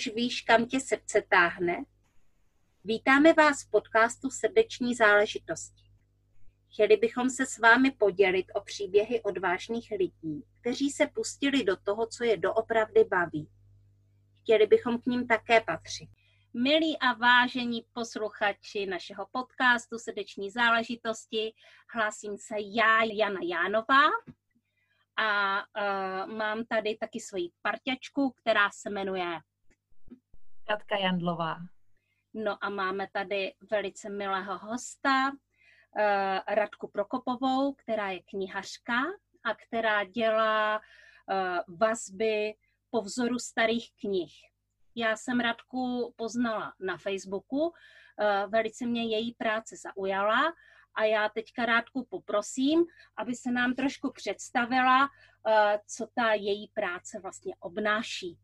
už víš, kam tě srdce táhne? Vítáme vás v podcastu Srdeční záležitosti. Chtěli bychom se s vámi podělit o příběhy odvážných lidí, kteří se pustili do toho, co je doopravdy baví. Chtěli bychom k ním také patřit. Milí a vážení posluchači našeho podcastu Srdeční záležitosti, hlásím se já, Jana Jánová, a mám tady taky svoji parťačku, která se jmenuje Katka Jandlová. No a máme tady velice milého hosta, Radku Prokopovou, která je knihařka a která dělá vazby po vzoru starých knih. Já jsem Radku poznala na Facebooku, velice mě její práce zaujala a já teďka Radku poprosím, aby se nám trošku představila, co ta její práce vlastně obnáší.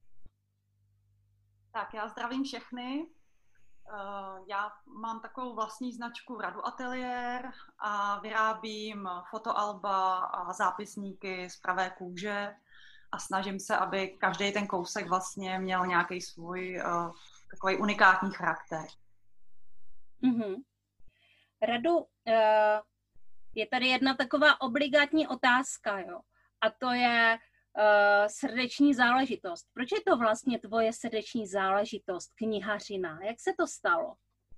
Tak já zdravím všechny. Já mám takovou vlastní značku Radu Ateliér a vyrábím fotoalba a zápisníky z pravé kůže a snažím se, aby každý ten kousek vlastně měl nějaký svůj takový unikátní charakter. Mm-hmm. Radu, je tady jedna taková obligátní otázka, jo? A to je srdeční záležitost. Proč je to vlastně tvoje srdeční záležitost, knihařina? Jak se to stalo?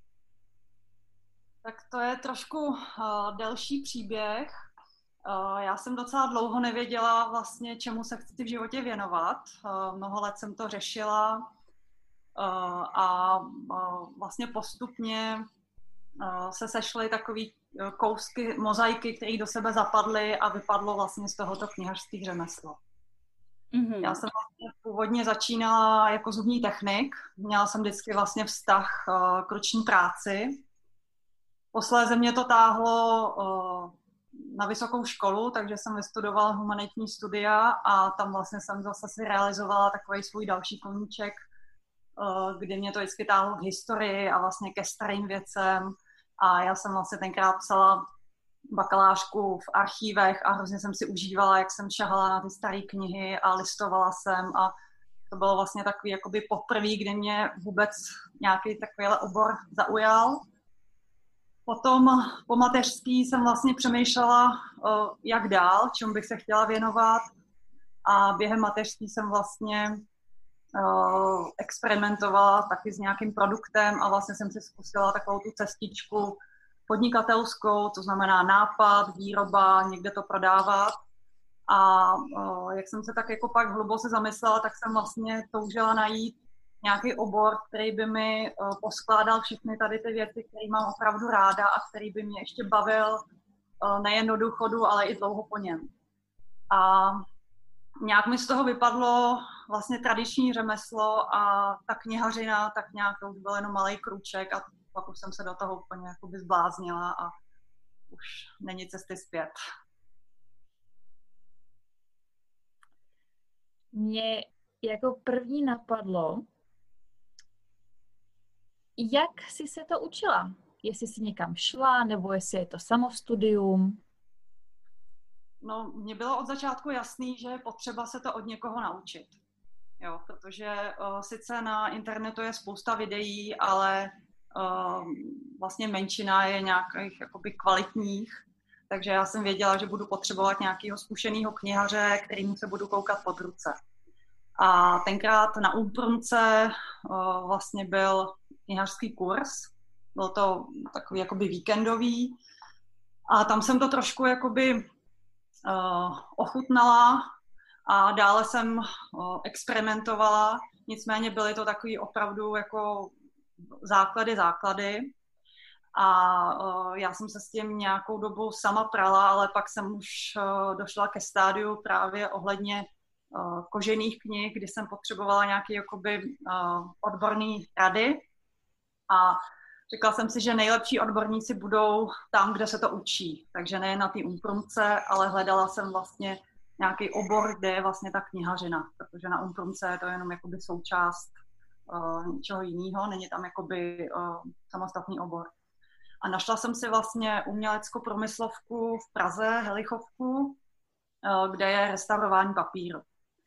Tak to je trošku delší příběh. Já jsem docela dlouho nevěděla vlastně, čemu se chci v životě věnovat. Mnoho let jsem to řešila a vlastně postupně se sešly takový kousky mozaiky, které do sebe zapadly a vypadlo vlastně z tohoto knihařský řemeslo. Mm-hmm. Já jsem vlastně původně začínala jako zubní technik. Měla jsem vždycky vlastně vztah k ruční práci. Posléze mě to táhlo na vysokou školu, takže jsem vystudovala humanitní studia a tam vlastně jsem zase si realizovala takový svůj další koníček, kdy mě to vždycky táhlo k historii a vlastně ke starým věcem. A já jsem vlastně tenkrát psala bakalářku v archívech a hrozně jsem si užívala, jak jsem šahala na ty staré knihy a listovala jsem a to bylo vlastně takový jakoby poprvé, kdy mě vůbec nějaký takovýhle obor zaujal. Potom po mateřský jsem vlastně přemýšlela, jak dál, čemu bych se chtěla věnovat a během mateřský jsem vlastně experimentovala taky s nějakým produktem a vlastně jsem si zkusila takovou tu cestičku podnikatelskou, to znamená nápad, výroba, někde to prodávat. A jak jsem se tak jako pak hluboce zamyslela, tak jsem vlastně toužila najít nějaký obor, který by mi poskládal všechny tady ty věci, které mám opravdu ráda a který by mě ještě bavil nejen do důchodu, ale i dlouho po něm. A nějak mi z toho vypadlo vlastně tradiční řemeslo a ta knihařina, tak nějak to už byl jenom malej krůček a pak už jsem se do toho úplně jakoby zbláznila a už není cesty zpět. Mě jako první napadlo, jak jsi se to učila? Jestli jsi někam šla, nebo jestli je to samostudium? No, mně bylo od začátku jasný, že je potřeba se to od někoho naučit. Jo, protože sice na internetu je spousta videí, ale vlastně menšina je nějakých jakoby kvalitních, takže já jsem věděla, že budu potřebovat nějakého zkušeného knihaře, kterýmu se budu koukat pod ruce. A tenkrát na Úprumce vlastně byl knihařský kurz, byl to takový jakoby víkendový a tam jsem to trošku jakoby ochutnala a dále jsem experimentovala, nicméně byly to takový opravdu jako základy a já jsem se s tím nějakou dobu sama prala, ale pak jsem už došla ke stádiu právě ohledně kožených knih, kdy jsem potřebovala nějaké jakoby odborné rady a řekla jsem si, že nejlepší odborníci budou tam, kde se to učí, takže nejen na té Úprumce, ale hledala jsem vlastně nějaký obor, kde je vlastně ta knihařina, protože na Úprumce je to jenom jakoby součást něčeho jiného, není tam jakoby samostatný obor. A našla jsem si vlastně uměleckou průmyslovku v Praze, Helichovku, kde je restaurování papíru.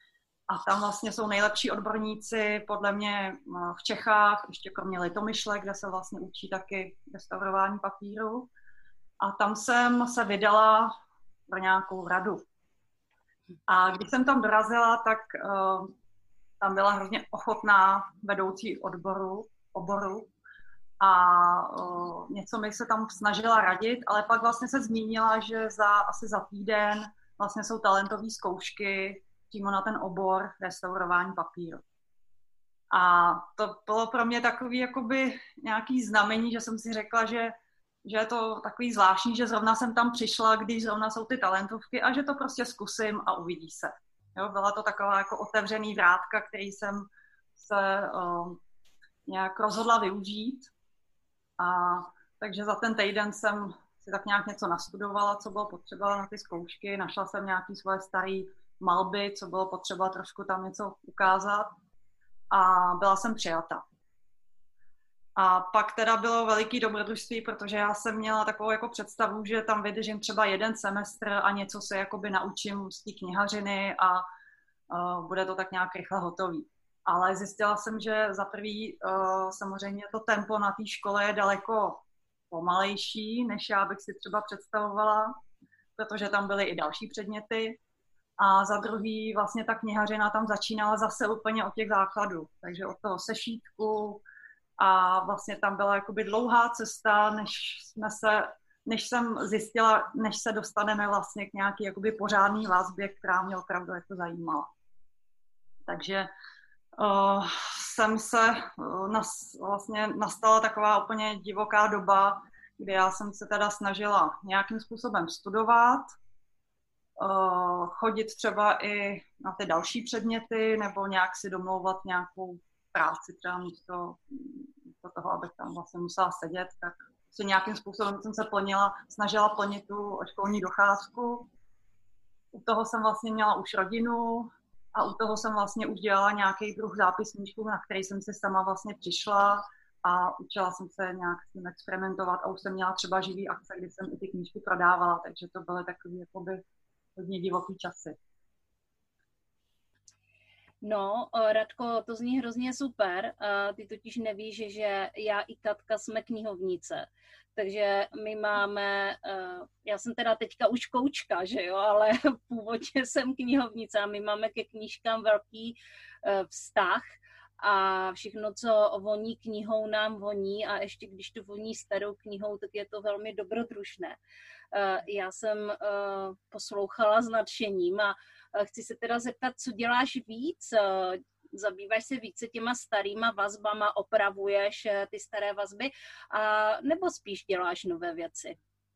A tam vlastně jsou nejlepší odborníci podle mě v Čechách, ještě kromě Litomyšle, kde se vlastně učí taky restaurování papíru. A tam jsem se vydala pro nějakou radu. A když jsem tam dorazila, tak tam byla hrozně ochotná vedoucí oboru a něco mi se tam snažila radit, ale pak vlastně se zmínila, že asi za týden vlastně jsou talentové zkoušky přímo na ten obor restaurování papíru. A to bylo pro mě takový jakoby nějaký znamení, že jsem si řekla, že je to takový zvláštní, že zrovna jsem tam přišla, když zrovna jsou ty talentovky a že to prostě zkusím a uvidí se. Jo, byla to taková jako otevřený vrátka, který jsem se nějak rozhodla využít. A takže za ten týden jsem si tak nějak něco nastudovala, co bylo potřeba na ty zkoušky. Našla jsem nějaké svoje staré malby, co bylo potřeba trošku tam něco ukázat. A byla jsem přijata. A pak teda bylo veliký dobrodružství, protože já jsem měla takovou jako představu, že tam vydržím třeba 1 semestr a něco se jakoby naučím z té knihařiny a bude to tak nějak rychle hotový. Ale zjistila jsem, že za prvý samozřejmě to tempo na té škole je daleko pomalejší, než já bych si třeba představovala, protože tam byly i další předměty. A za druhý vlastně ta knihařina tam začínala zase úplně od těch základů. Takže od toho sešítku a vlastně tam byla jakoby dlouhá cesta, než jsem zjistila, než se dostaneme vlastně k nějaký jakoby pořádný vazbě, která mě opravdu jako zajímala. Takže vlastně nastala taková úplně divoká doba, kdy já jsem se teda snažila nějakým způsobem studovat, chodit třeba i na ty další předměty nebo nějak si domlouvat nějakou práci, třeba místo toho, abych tam vlastně musela sedět, tak si nějakým způsobem jsem se snažila plnit tu školní docházku. U toho jsem vlastně měla už rodinu a u toho jsem vlastně už dělala nějaký druh zápisníčků, na který jsem si sama vlastně přišla a učila jsem se nějak s tím experimentovat a už jsem měla třeba živý akce, kdy jsem i ty knížky prodávala, takže to byly takový jakoby hodně divoký časy. No, Radko, to zní hrozně super. Ty totiž nevíš, že já i Katka jsme knihovnice. Takže my máme, já jsem teda teďka už koučka, že jo, ale původně jsem knihovnice a my máme ke knížkám velký vztah a všechno, co voní knihou, nám voní a ještě když to voní starou knihou, tak je to velmi dobrodružné. Já jsem poslouchala s nadšením a chci se teda zeptat, co děláš víc? Zabýváš se více těma starýma vazbama, opravuješ ty staré vazby, nebo spíš děláš nové věci?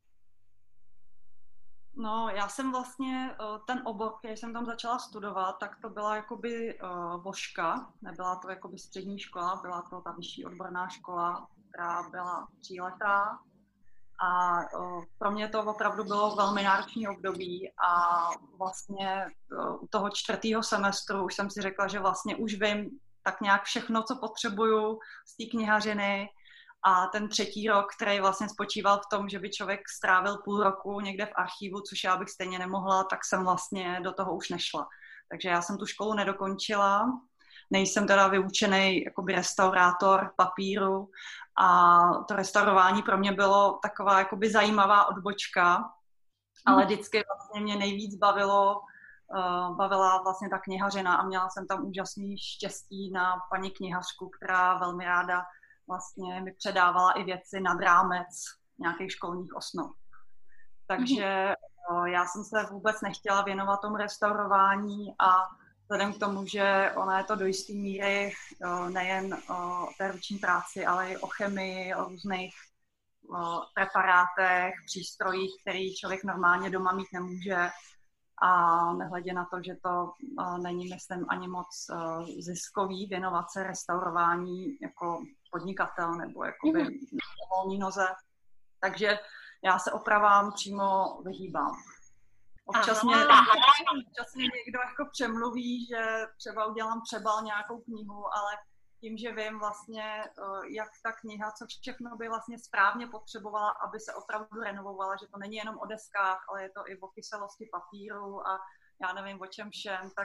No, já jsem vlastně ten obor, který jsem tam začala studovat, tak to byla jakoby voška, nebyla to jakoby střední škola, byla to ta vyšší odborná škola, která byla 3letá. A pro mě to opravdu bylo velmi náročné období a vlastně u toho 4. semestru už jsem si řekla, že vlastně už vím tak nějak všechno, co potřebuju z té knihařiny a ten 3. rok, který vlastně spočíval v tom, že by člověk strávil půl roku někde v archivu, což já bych stejně nemohla, tak jsem vlastně do toho už nešla. Takže já jsem tu školu nedokončila, nejsem teda vyučený jakoby restaurátor papíru a to restaurování pro mě bylo taková jakoby zajímavá odbočka, ale vždycky vlastně mě nejvíc bavila vlastně ta knihařina a měla jsem tam úžasný štěstí na paní knihařku, která velmi ráda vlastně mi předávala i věci nad rámec nějakých školních osnov. Takže já jsem se vůbec nechtěla věnovat tomu restaurování a vzhledem k tomu, že ona je to do jisté míry nejen o té ruční práci, ale i o chemii, o různých preparátech, přístrojích, který člověk normálně doma mít nemůže. A nehledě na to, že to není, myslím, ani moc ziskový věnovat se restaurování jako podnikatel nebo jakoby na volné noze. Takže já se opravám přímo vyhýbám. Občas mě někdo jako přemluví, že třeba udělám přebal nějakou knihu, ale tím, že vím vlastně, jak ta kniha, co všechno by vlastně správně potřebovala, aby se opravdu renovovala, že to není jenom o deskách, ale je to i o kyselosti papíru a já nevím o čem všem, tak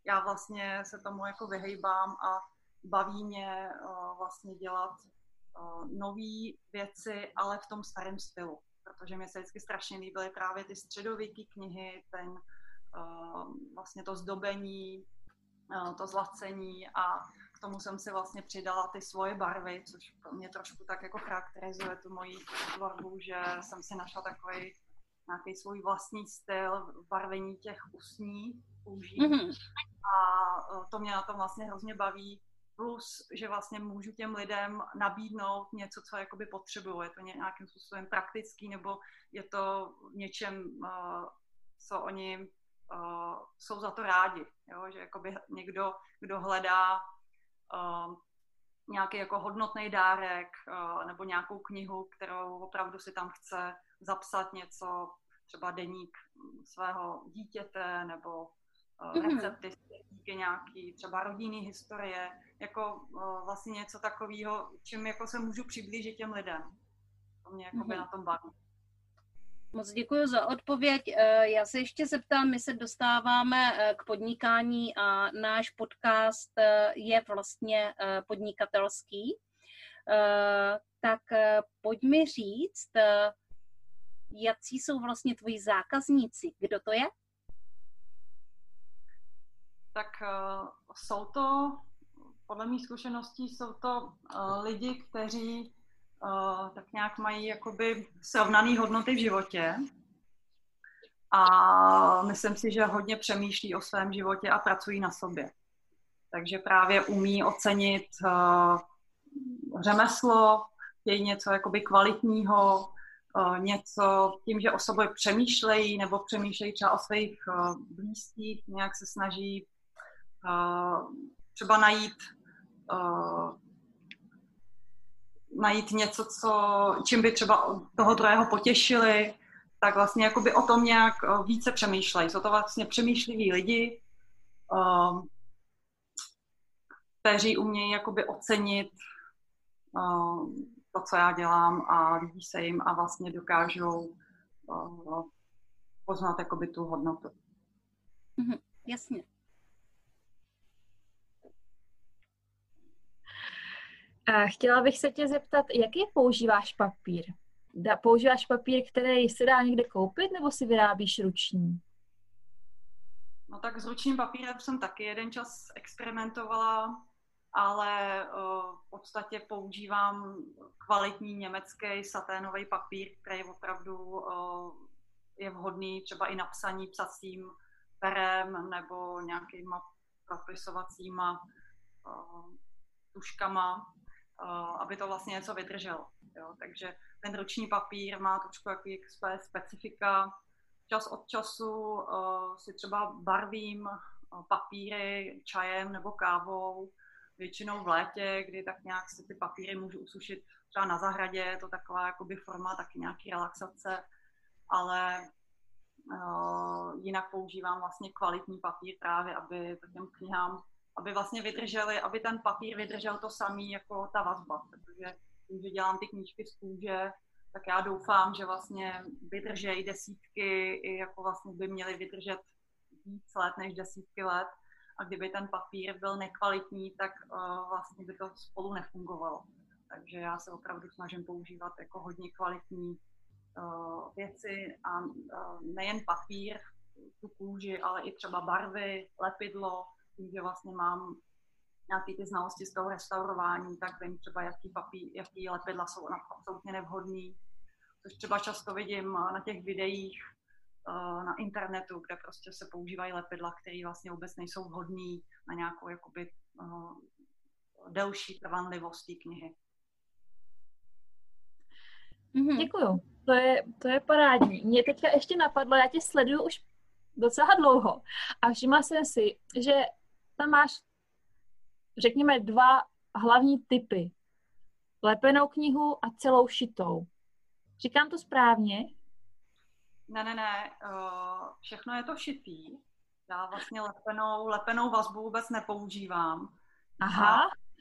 já vlastně se tomu jako vyhejbám a baví mě vlastně dělat nové věci, ale v tom starém stylu. Protože mi se vždycky strašně líbily právě ty středověké knihy, vlastně to zdobení, to zlacení a k tomu jsem si vlastně přidala ty svoje barvy, což pro mě trošku tak jako charakterizuje tu moji tvorbu, že jsem si našla takový nějaký svůj vlastní styl barvení těch usní kůží. A to mě na tom vlastně hrozně baví. Plus, že vlastně můžu těm lidem nabídnout něco, co jakoby potřebují. Je to nějakým způsobem praktický, nebo je to v něčem, co oni jsou za to rádi. Jo? Že jakoby někdo, kdo hledá nějaký jako hodnotný dárek nebo nějakou knihu, kterou opravdu si tam chce zapsat něco, třeba deník svého dítěte nebo recepty, nějaký třeba rodinný historie, jako vlastně něco takového, čím jako se můžu přiblížit těm lidem. To mě jakoby na tom baví. Moc děkuji za odpověď. Já se ještě zeptám, my se dostáváme k podnikání a náš podcast je vlastně podnikatelský. Tak pojď mi říct, jací jsou vlastně tvoji zákazníci? Kdo to je? Tak jsou to, podle mých zkušeností, jsou to lidi, kteří tak nějak mají jakoby srovnané hodnoty v životě a myslím si, že hodně přemýšlí o svém životě a pracují na sobě. Takže právě umí ocenit řemeslo, chtějí něco jakoby kvalitního, něco tím, že o sobě přemýšlejí nebo přemýšlejí třeba o svých blízkých, nějak se snaží třeba najít něco, čím by třeba toho druhého potěšili, tak vlastně jakoby o tom nějak více přemýšlejí. Jsou to vlastně přemýšliví lidi, kteří umějí jakoby ocenit to, co já dělám a líbí se jim a vlastně dokážou poznat jakoby tu hodnotu. Jasně. A chtěla bych se tě zeptat, jaký používáš papír? Používáš papír, který se dá někde koupit, nebo si vyrábíš ruční? No tak s ručním papírem jsem taky jeden čas experimentovala, ale v podstatě používám kvalitní německý saténový papír, který opravdu je vhodný třeba i na psaní psacím perem nebo nějakýma propisovacíma tuškama, aby to vlastně něco vydrželo. Jo? Takže ten ruční papír má trošku jaký své specifika. Čas od času si třeba barvím papíry čajem nebo kávou, většinou v létě, kdy tak nějak si ty papíry můžu usušit třeba na zahradě, je to taková jakoby forma taky nějaký relaxace, ale jinak používám vlastně kvalitní papír právě, aby těm knihám, aby vlastně vydrželi, aby ten papír vydržel to samý jako ta vazba, protože tím, že dělám ty knížky z kůže, tak já doufám, že vlastně vydržejí desítky, i jako vlastně by měly vydržet víc let než desítky let. A kdyby ten papír byl nekvalitní, tak vlastně by to spolu nefungovalo. Takže já se opravdu snažím používat jako hodně kvalitní věci a nejen papír, tu kůži, ale i třeba barvy, lepidlo, tím, že vlastně mám nějaký ty znalosti z toho restaurování, tak vím třeba, jaký lepidla jsou absolutně nevhodný, což třeba často vidím na těch videích na internetu, kde prostě se používají lepidla, které vlastně vůbec nejsou vhodný na nějakou jakoby delší trvanlivost té knihy. Děkuju, to je parádní. Mě teďka ještě napadlo, já tě sleduju už docela dlouho a všimla jsem si, že tam máš, řekněme, 2 hlavní typy. Lepenou knihu a celou šitou. Říkám to správně? Ne, všechno je to šitý. Já vlastně lepenou vazbu vůbec nepoužívám. Aha.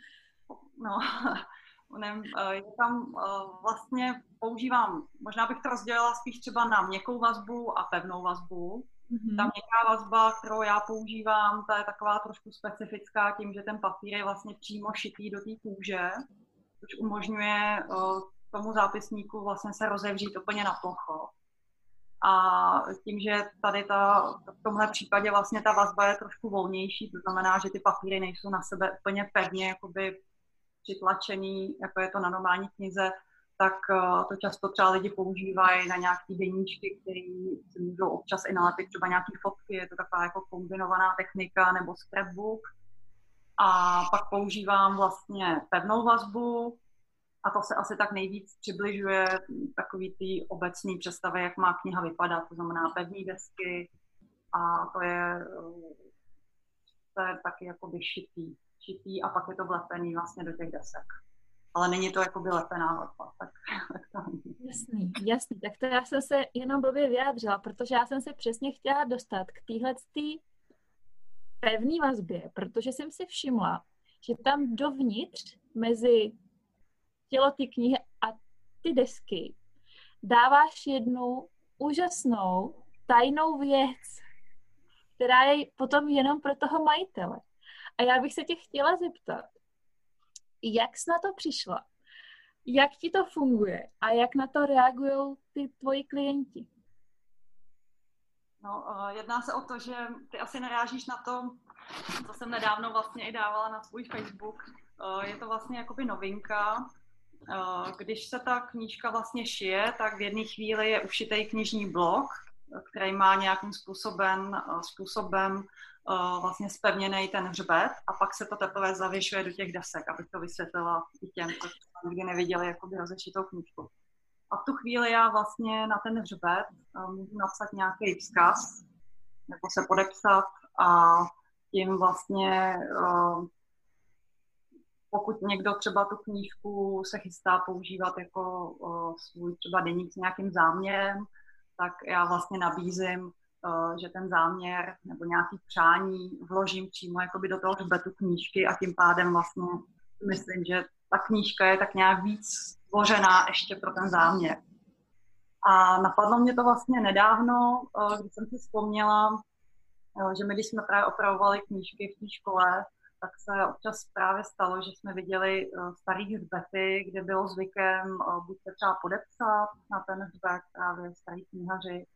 Je tam vlastně používám, možná bych to rozdělila spíš třeba na měkkou vazbu a pevnou vazbu. Ta měkká vazba, kterou já používám, ta je taková trošku specifická tím, že ten papír je vlastně přímo šitý do té kůže, což umožňuje tomu zápisníku vlastně se rozevřít úplně na plocho. A tím, že tady v tomhle případě vlastně ta vazba je trošku volnější, to znamená, že ty papíry nejsou na sebe úplně pevně jakoby přitlačený, jako je to na normální knize, tak to často třeba lidi používají na nějaký deníčky, které si můžou občas i nalepit třeba nějaké fotky, je to taková jako kombinovaná technika nebo scrapbook. A pak používám vlastně pevnou vazbu a to se asi tak nejvíc přibližuje takový ty obecný představy, jak má kniha vypadat, to znamená pevný desky a to je taky jakoby šitý a pak je to vlepený vlastně do těch desek. Ale není to jakoby lepená vazba. Tak to Jasný. Tak to já jsem se jenom blbě vyjádřila, protože já jsem se přesně chtěla dostat k téhletý pevný vazbě, protože jsem si všimla, že tam dovnitř mezi tělo ty knihy a ty desky dáváš jednu úžasnou tajnou věc, která je potom jenom pro toho majitele. A já bych se tě chtěla zeptat, jak jsi na to přišla? Jak ti to funguje? A jak na to reagují ty tvoji klienti? No, jedná se o to, že ty asi narážíš na to, co jsem nedávno vlastně i dávala na svůj Facebook. Je to vlastně jakoby novinka. Když se ta knížka vlastně šije, tak v jedné chvíli je ušitej knižní blok, který má nějakým způsobem vlastně zpevněný ten hřbet a pak se to teprve zavěšuje do těch desek, abych to vysvětlila i těm, kteří nikdy neviděli jakoby rozešitou knížku. A v tu chvíli já vlastně na ten hřbet můžu napsat nějaký vzkaz nebo se podepsat a tím vlastně pokud někdo třeba tu knížku se chystá používat jako svůj třeba deník s nějakým záměrem, tak já vlastně nabízím, že ten záměr nebo nějaký přání vložím přímo jakoby do toho hřbetu knížky a tím pádem vlastně myslím, že ta knížka je tak nějak víc stvořená ještě pro ten záměr. A napadlo mě to vlastně nedávno, když jsem si vzpomněla, že my, když jsme právě opravovali knížky v té škole, tak se občas právě stalo, že jsme viděli starý hřbety, kde bylo zvykem buď se třeba podepsat na ten hřbet právě starý knihaři,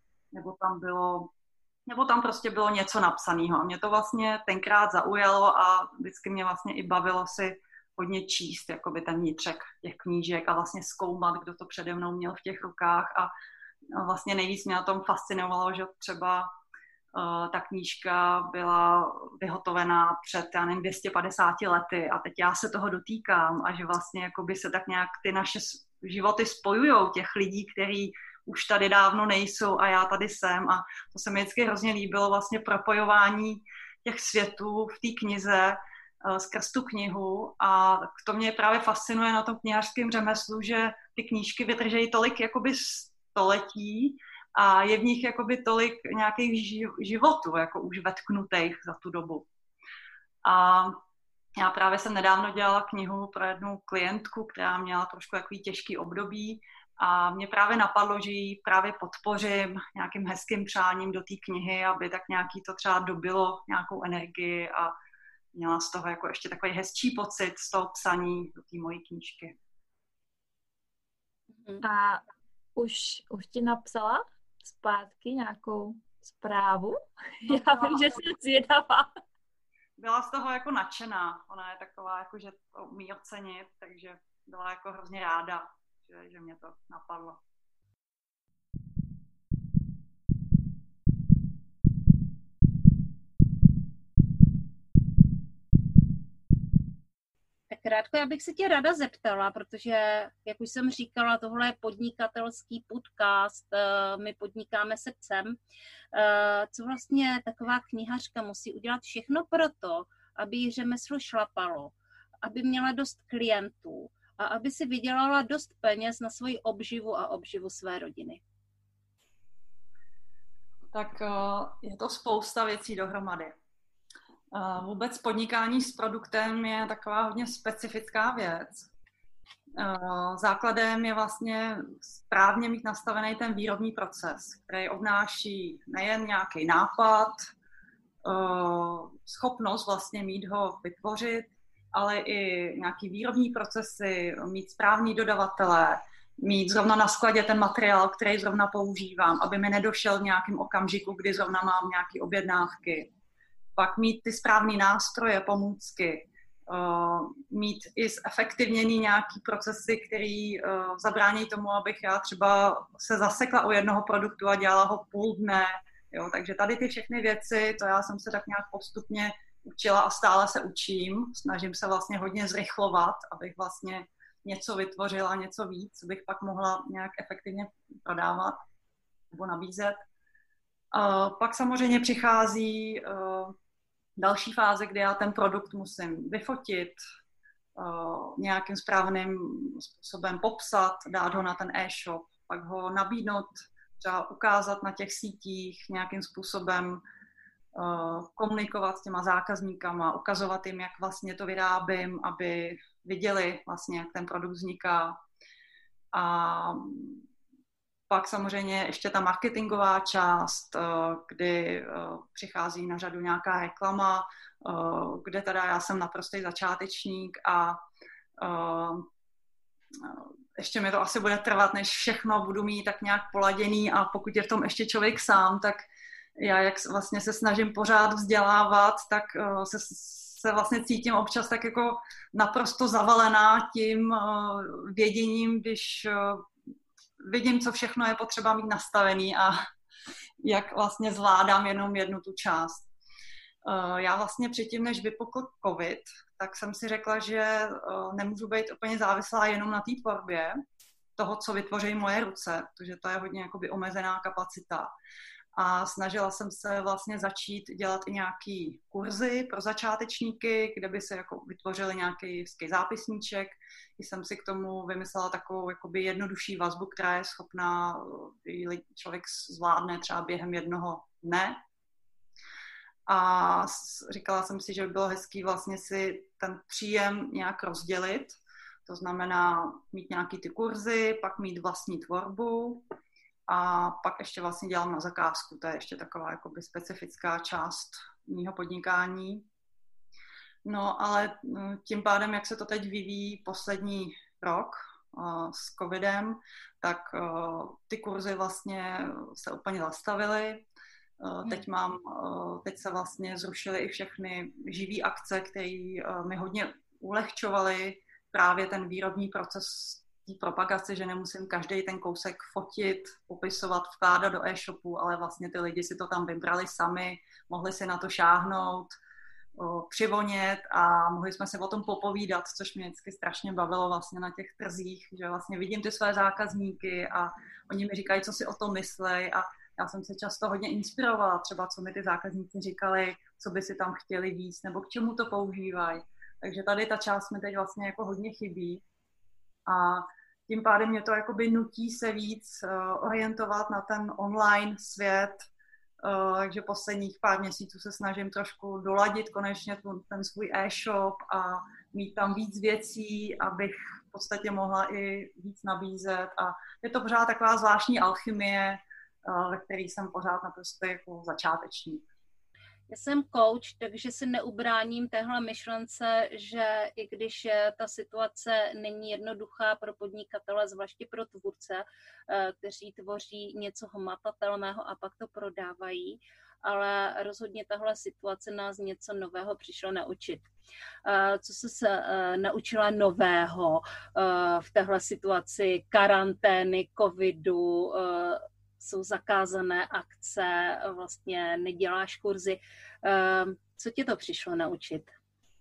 nebo tam prostě bylo něco napsaného. A mě to vlastně tenkrát zaujalo a vždycky mě vlastně i bavilo si hodně číst jakoby ten vnitřek těch knížek a vlastně zkoumat, kdo to přede mnou měl v těch rukách a vlastně nejvíc mě na tom fascinovalo, že třeba ta knížka byla vyhotovená před, 250 lety a teď já se toho dotýkám a že vlastně jakoby se tak nějak ty naše životy spojujou těch lidí, kteří už tady dávno nejsou a já tady jsem a to se mi vždycky hrozně líbilo vlastně propojování těch světů v té knize skrz tu knihu a to mě právě fascinuje na tom knihařském řemeslu, že ty knížky vydržejí tolik jakoby století a je v nich jakoby tolik nějakých životů, jako už vetknutých za tu dobu. A já právě jsem nedávno dělala knihu pro jednu klientku, která měla trošku takový těžký období a mě právě napadlo, že ji právě podpořím nějakým hezkým přáním do té knihy, aby tak nějaký to třeba dobilo nějakou energii a měla z toho jako ještě takový hezčí pocit z toho psaní do té mojí knížky. A už ti napsala zpátky nějakou zprávu? Já vím, že jsem zvědavá. Byla z toho jako nadšená. Ona je taková, jako, že to umí ocenit, takže byla jako hrozně ráda, že mě to napadlo. Tak Rádko, já bych se tě ráda zeptala, protože, jak už jsem říkala, tohle je podnikatelský podcast, my podnikáme srdcem. Co vlastně taková knihařka musí udělat všechno proto, aby jí řemeslo šlapalo, aby měla dost klientů a aby si vydělala dost peněz na svoji obživu a obživu své rodiny? Tak je to spousta věcí dohromady. Vůbec podnikání s produktem je taková hodně specifická věc. Základem je vlastně správně mít nastavený ten výrobní proces, který obnáší nejen nějaký nápad, schopnost vlastně mít ho vytvořit, ale i nějaký výrobní procesy, mít správný dodavatele, mít zrovna na skladě ten materiál, který zrovna používám, aby mi nedošel v nějakém okamžiku, kdy zrovna mám nějaké objednávky. Pak mít ty správné nástroje, pomůcky, mít i zefektivněný nějaký procesy, který zabrání tomu, abych já třeba se zasekla u jednoho produktu a dělala ho půl dne. Jo, takže tady ty všechny věci, to já jsem se tak nějak postupně učila a stále se učím. Snažím se vlastně hodně zrychlovat, abych vlastně něco vytvořila, něco víc, abych pak mohla nějak efektivně prodávat nebo nabízet. Pak samozřejmě přichází další fáze, kdy já ten produkt musím vyfotit, nějakým správným způsobem popsat, dát ho na ten e-shop, pak ho nabídnout, třeba ukázat na těch sítích, nějakým způsobem komunikovat s těma zákazníkama, ukazovat jim, jak vlastně to vyrábím, aby viděli vlastně, jak ten produkt vzniká. A pak samozřejmě ještě ta marketingová část, kdy přichází na řadu nějaká reklama, kde teda já jsem naprostý začátečník a ještě mi to asi bude trvat, než všechno budu mít tak nějak poladěný a pokud je v tom ještě člověk sám, tak já jak vlastně se snažím pořád vzdělávat, tak se vlastně cítím občas tak jako naprosto zavalená tím věděním, když vidím, co všechno je potřeba mít nastavený a jak vlastně zvládám jenom jednu tu část. Já vlastně předtím, než vypukl covid, tak jsem si řekla, že nemůžu být úplně závislá jenom na té tvorbě toho, co vytvoří moje ruce, protože to je hodně jakoby omezená kapacita. A snažila jsem se vlastně začít dělat i nějaký kurzy pro začátečníky, kde by se jako vytvořili nějaký zápisníček. Jsem si k tomu vymyslela takovou jakoby jednodušší vazbu, která je schopná, člověk zvládne třeba během jednoho dne. A říkala jsem si, že by bylo hezký vlastně si ten příjem nějak rozdělit. To znamená mít nějaký ty kurzy, pak mít vlastní tvorbu a pak ještě vlastně dělám na zakázku. To je ještě taková jakoby specifická část mýho podnikání. No ale tím pádem, jak se to teď vyvíjí poslední rok s covidem, tak ty kurzy vlastně se úplně zastavily. Teď se vlastně zrušily i všechny živý akce, které mi hodně ulehčovaly právě ten výrobní proces té propagace, že nemusím každý ten kousek fotit, popisovat, vkládat do e-shopu, ale vlastně ty lidi si to tam vybrali sami, mohli si na to šáhnout, přivonět a mohli jsme se o tom popovídat, což mě vždycky strašně bavilo vlastně na těch trzích, že vlastně vidím ty své zákazníky a oni mi říkají, co si o tom myslejí a já jsem se často hodně inspirovala, třeba co mi ty zákazníci říkali, co by si tam chtěli víc, nebo k čemu to používají. Takže tady ta část mi teď vlastně jako hodně chybí. A tím pádem mě to jakoby nutí se víc orientovat na ten online svět. Takže posledních pár měsíců se snažím trošku doladit konečně ten svůj e-shop a mít tam víc věcí, abych v podstatě mohla i víc nabízet. A je to pořád taková zvláštní alchymie, ve který jsem pořád naprosto jako začátečník. Já jsem coach, takže si neubráním téhle myšlence, že i když ta situace není jednoduchá pro podnikatele, zvláště pro tvůrce, kteří tvoří něco hmatatelného a pak to prodávají, ale rozhodně tahle situace nás něco nového přišlo naučit. Co jsi se naučila nového v téhle situaci karantény, covidu, jsou zakázané akce, vlastně neděláš kurzy. Co tě to přišlo naučit?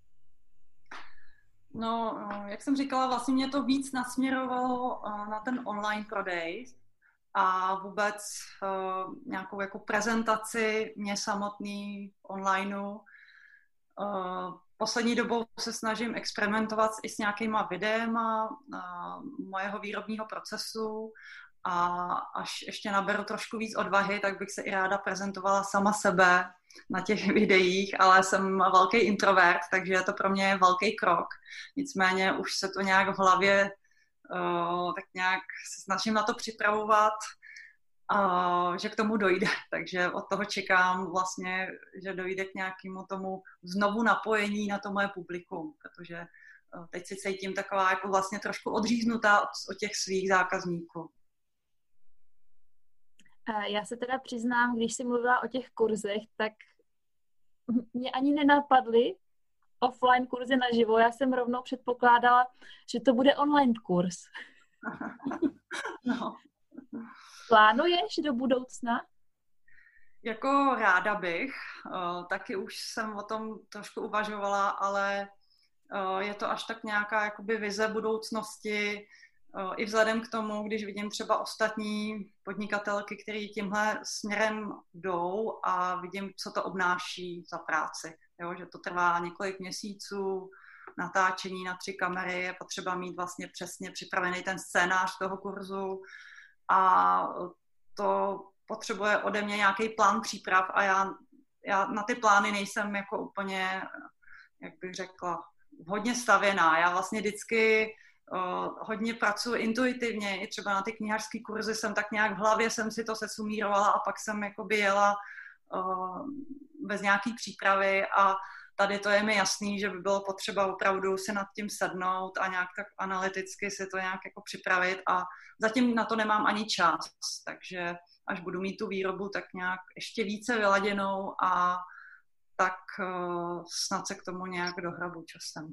No, jak jsem říkala, vlastně mě to víc nasměrovalo na ten online prodej a vůbec nějakou jako prezentaci mě samotný onlineu. Poslední dobou se snažím experimentovat i s nějakýma videema mojeho výrobního procesu a až ještě naberu trošku víc odvahy, tak bych se i ráda prezentovala sama sebe na těch videích, ale jsem velký introvert, takže je to pro mě velký krok. Nicméně už se to nějak v hlavě tak nějak se snažím na to připravovat, že k tomu dojde. Takže od toho čekám vlastně, že dojde k nějakému tomu znovu napojení na to moje publikum, protože teď si cítím taková jako vlastně trošku odříznutá od těch svých zákazníků. Já se teda přiznám, když jsi mluvila o těch kurzech, tak mě ani nenapadly offline kurzy naživo. Já jsem rovnou předpokládala, že to bude online kurz. No. Plánuješ do budoucna? Jako ráda bych, taky už jsem o tom trošku uvažovala, ale je to až tak nějaká jakoby vize budoucnosti, i vzhledem k tomu, když vidím třeba ostatní podnikatelky, který tímhle směrem jdou a vidím, co to obnáší za práci. Jo, že to trvá několik měsíců, natáčení na 3 kamery, je potřeba mít vlastně přesně připravený ten scénář toho kurzu a to potřebuje ode mě nějaký plán příprav a já na ty plány nejsem jako úplně, jak bych řekla, hodně stavěná. Já vlastně vždycky hodně pracuji intuitivně, i třeba na ty knihařský kurzy jsem tak nějak v hlavě jsem si to sesumírovala a pak jsem jakoby jela bez nějaký přípravy a tady to je mi jasný, že by bylo potřeba opravdu si nad tím sednout a nějak tak analyticky si to nějak jako připravit a zatím na to nemám ani čas, takže až budu mít tu výrobu tak nějak ještě více vyladěnou a tak snad se k tomu nějak dohrabu časem.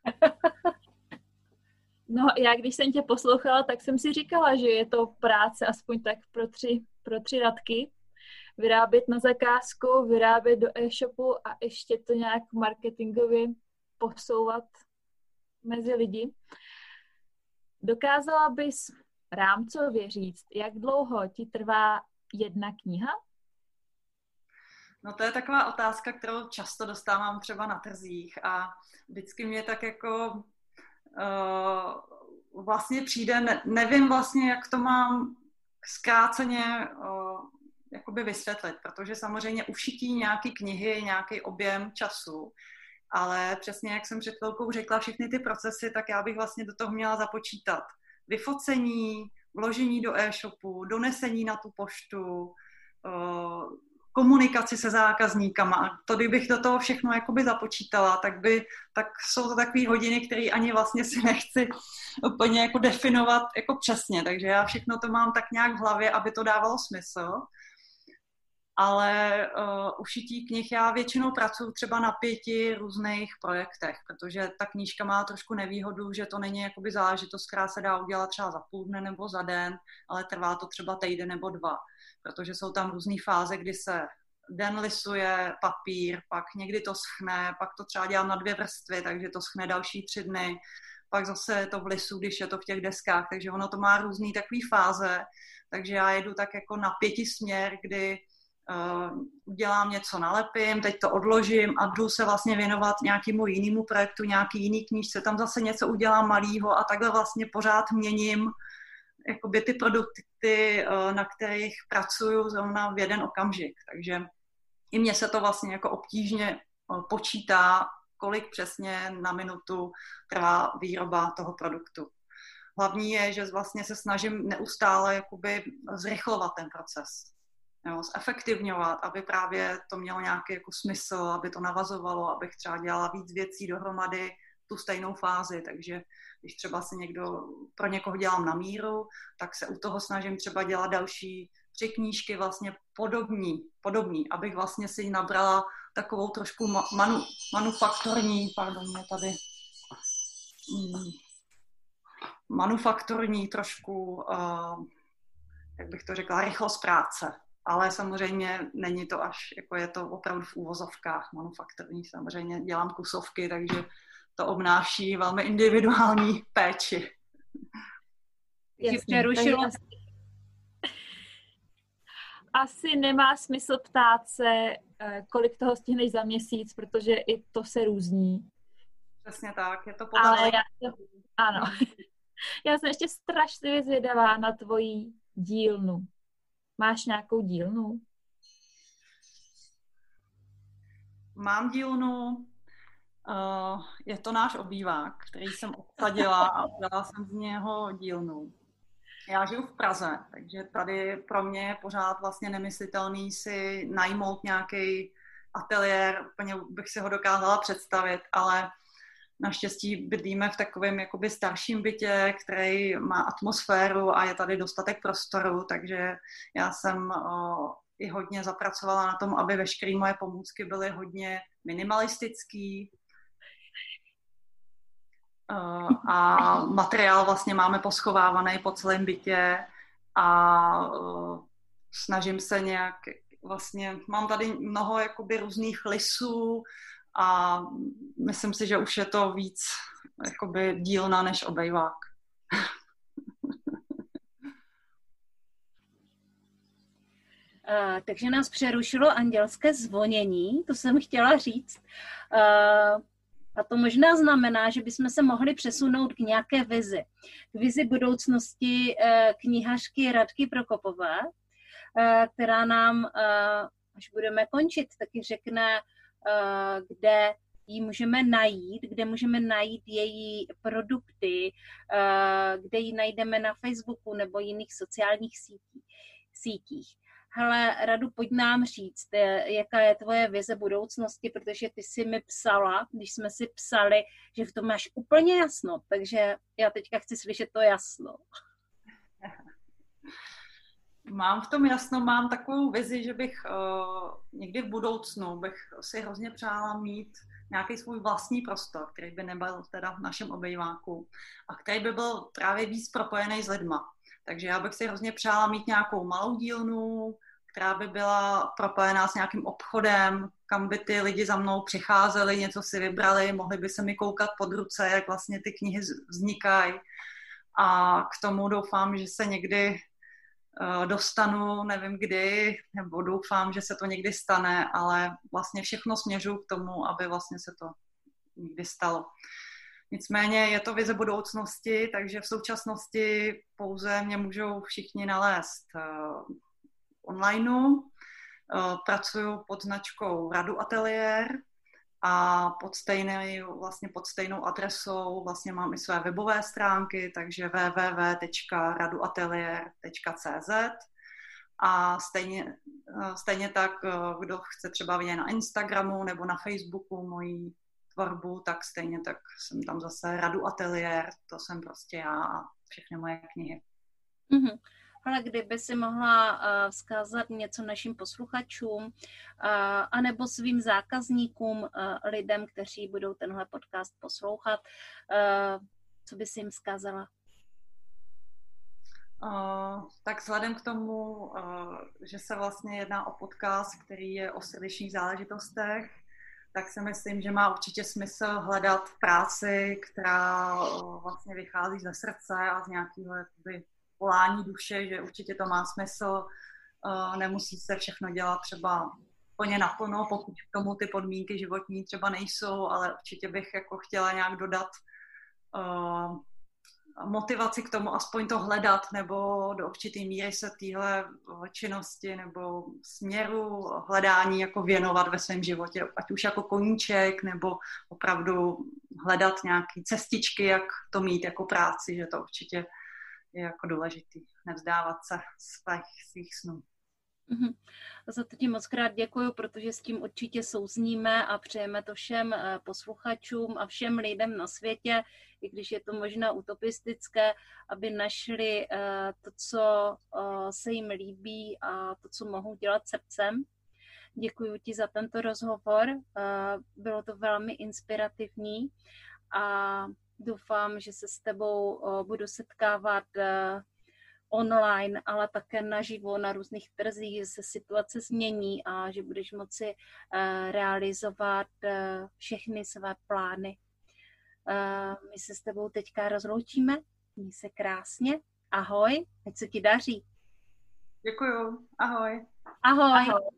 No, já když jsem tě poslouchala, tak jsem si říkala, že je to práce aspoň tak pro tři radky. Vyrábět na zakázku, vyrábět do e-shopu a ještě to nějak marketingově posouvat mezi lidi. Dokázala bys rámcově říct, jak dlouho ti trvá jedna kniha? No to je taková otázka, kterou často dostávám třeba na trzích a vždycky mě tak jako vlastně přijde, nevím vlastně, jak to mám zkráceně jakoby vysvětlit, protože samozřejmě ušití nějaký knihy, nějaký objem času, ale přesně jak jsem před chvilkou řekla, všechny ty procesy, tak já bych vlastně do toho měla započítat vyfocení, vložení do e-shopu, donesení na tu poštu, komunikaci se zákazníkama. To, kdybych do toho všechno jakoby započítala, tak jsou to takové hodiny, které ani vlastně si nechci úplně jako definovat jako přesně. Takže já všechno to mám tak nějak v hlavě, aby to dávalo smysl. Ale ušití knih já většinou pracuji třeba na 5 různých projektech, protože ta knížka má trošku nevýhodu, že to není jakoby záležitost, která se dá udělat třeba za půl dne nebo za den, ale trvá to třeba týden nebo 2, protože jsou tam různé fáze, kdy se den lisuje papír, pak někdy to schne, pak to třeba dělám na 2 vrstvy, takže to schne další 3 dny, pak zase to v lisu, když je to v těch deskách, takže ono to má různý takový fáze, takže já jedu tak jako na 5 směr, kdy udělám něco, nalepím, teď to odložím a jdu se vlastně věnovat nějakému jinému projektu, nějaký jiný knížce, tam zase něco udělám malýho a takhle vlastně pořád měním jakoby ty produkty, na kterých pracuju zrovna v jeden okamžik. Takže i mně se to vlastně jako obtížně počítá, kolik přesně na minutu trvá výroba toho produktu. Hlavní je, že vlastně se snažím neustále jakoby zrychlovat ten proces. Jo, zefektivňovat, aby právě to mělo nějaký jako smysl, aby to navazovalo, abych třeba dělala víc věcí dohromady tu stejnou fázi, takže když třeba si pro někoho dělám na míru, tak se u toho snažím třeba dělat další 3 knížky vlastně podobný, abych vlastně si nabrala takovou trošku manufakturní, manufakturní trošku, jak bych to řekla, rychlost práce. Ale samozřejmě není to až, jako je to opravdu v úvozovkách manufakturní. Samozřejmě dělám kusovky, takže to obnáší velmi individuální péči. Jasně, asi nemá smysl ptát se, kolik toho stihneš za měsíc, protože i to se různí. Přesně tak, je to podle. Ano. Já jsem ještě strašlivě zvědavá na tvoji dílnu. Máš nějakou dílnu? Mám dílnu. Je to náš obývák, který jsem obsadila a udělala jsem z něho dílnu. Já žiju v Praze, takže tady pro mě je pořád vlastně nemyslitelný si najmout nějaký ateliér, úplně bych si ho dokázala představit, ale naštěstí bydlíme v takovém jakoby starším bytě, který má atmosféru a je tady dostatek prostoru, takže já jsem i hodně zapracovala na tom, aby veškeré moje pomůcky byly hodně minimalistický. A materiál vlastně máme poschovávaný po celém bytě a snažím se nějak, vlastně mám tady mnoho jakoby různých lisů a myslím si, že už je to víc jakoby dílna než obejvák. Takže nás přerušilo andělské zvonění, to jsem chtěla říct. A to možná znamená, že bychom se mohli přesunout k nějaké vizi. K vizi budoucnosti knihařky Radky Prokopové, která nám, až budeme končit, taky řekne, kde ji můžeme najít, kde můžeme najít její produkty, kde ji najdeme na Facebooku nebo jiných sociálních sítích. Hele, Radu, pojď nám říct, jaká je tvoje vize budoucnosti, protože ty jsi mi psala, když jsme si psali, že v tom máš úplně jasno, takže já teďka chci slyšet to jasno. Mám v tom jasno, mám takovou vizi, že bych někdy v budoucnu bych si hrozně přála mít nějaký svůj vlastní prostor, který by nebyl teda v našem obejváku a který by byl právě víc propojený s lidma. Takže já bych si hrozně přála mít nějakou malou dílnu, která by byla propojená s nějakým obchodem, kam by ty lidi za mnou přicházeli, něco si vybrali, mohli by se mi koukat pod ruce, jak vlastně ty knihy vznikají. A k tomu doufám, že se někdy dostanu, nevím kdy, nebo doufám, že se to někdy stane, ale vlastně všechno směřuju k tomu, aby vlastně se to někdy stalo. Nicméně je to vize budoucnosti, takže v současnosti pouze mě můžou všichni nalézt online. Pracuju pod značkou Radu Ateliér a pod stejnou adresou vlastně mám i své webové stránky, takže www.raduatelier.cz a stejně tak, kdo chce třeba vidět na Instagramu nebo na Facebooku moji tvorbu, tak stejně tak jsem tam zase Radu Ateliér, to jsem prostě já a všechny moje knihy. Mm-hmm. Ale kdyby si mohla vzkázat něco našim posluchačům anebo svým zákazníkům, lidem, kteří budou tenhle podcast poslouchat, co by si jim vzkázala? Tak vzhledem k tomu, že se vlastně jedná o podcast, který je o srdečních záležitostech, tak si myslím, že má určitě smysl hledat práci, která vlastně vychází ze srdce a z nějakého jakoby volání duše, že určitě to má smysl, nemusí se všechno dělat třeba plně naplno, pokud k tomu ty podmínky životní třeba nejsou, ale určitě bych jako chtěla nějak dodat motivaci k tomu, aspoň to hledat, nebo do určité míry se téhle činnosti nebo směru hledání jako věnovat ve svém životě, ať už jako koníček, nebo opravdu hledat nějaké cestičky, jak to mít jako práci, že to určitě je jako důležitý, nevzdávat se svých snů. Za to ti moc krát děkuju, protože s tím určitě souzníme a přejeme to všem posluchačům a všem lidem na světě, i když je to možná utopistické, aby našli to, co se jim líbí a to, co mohou dělat srdcem. Děkuju ti za tento rozhovor, bylo to velmi inspirativní a doufám, že se s tebou budu setkávat online, ale také naživo na různých trzích, že se situace změní a že budeš moci realizovat všechny své plány. My se s tebou teďka rozloučíme. Měj se krásně. Ahoj, ať se ti daří. Děkuju. Ahoj. Ahoj. Ahoj.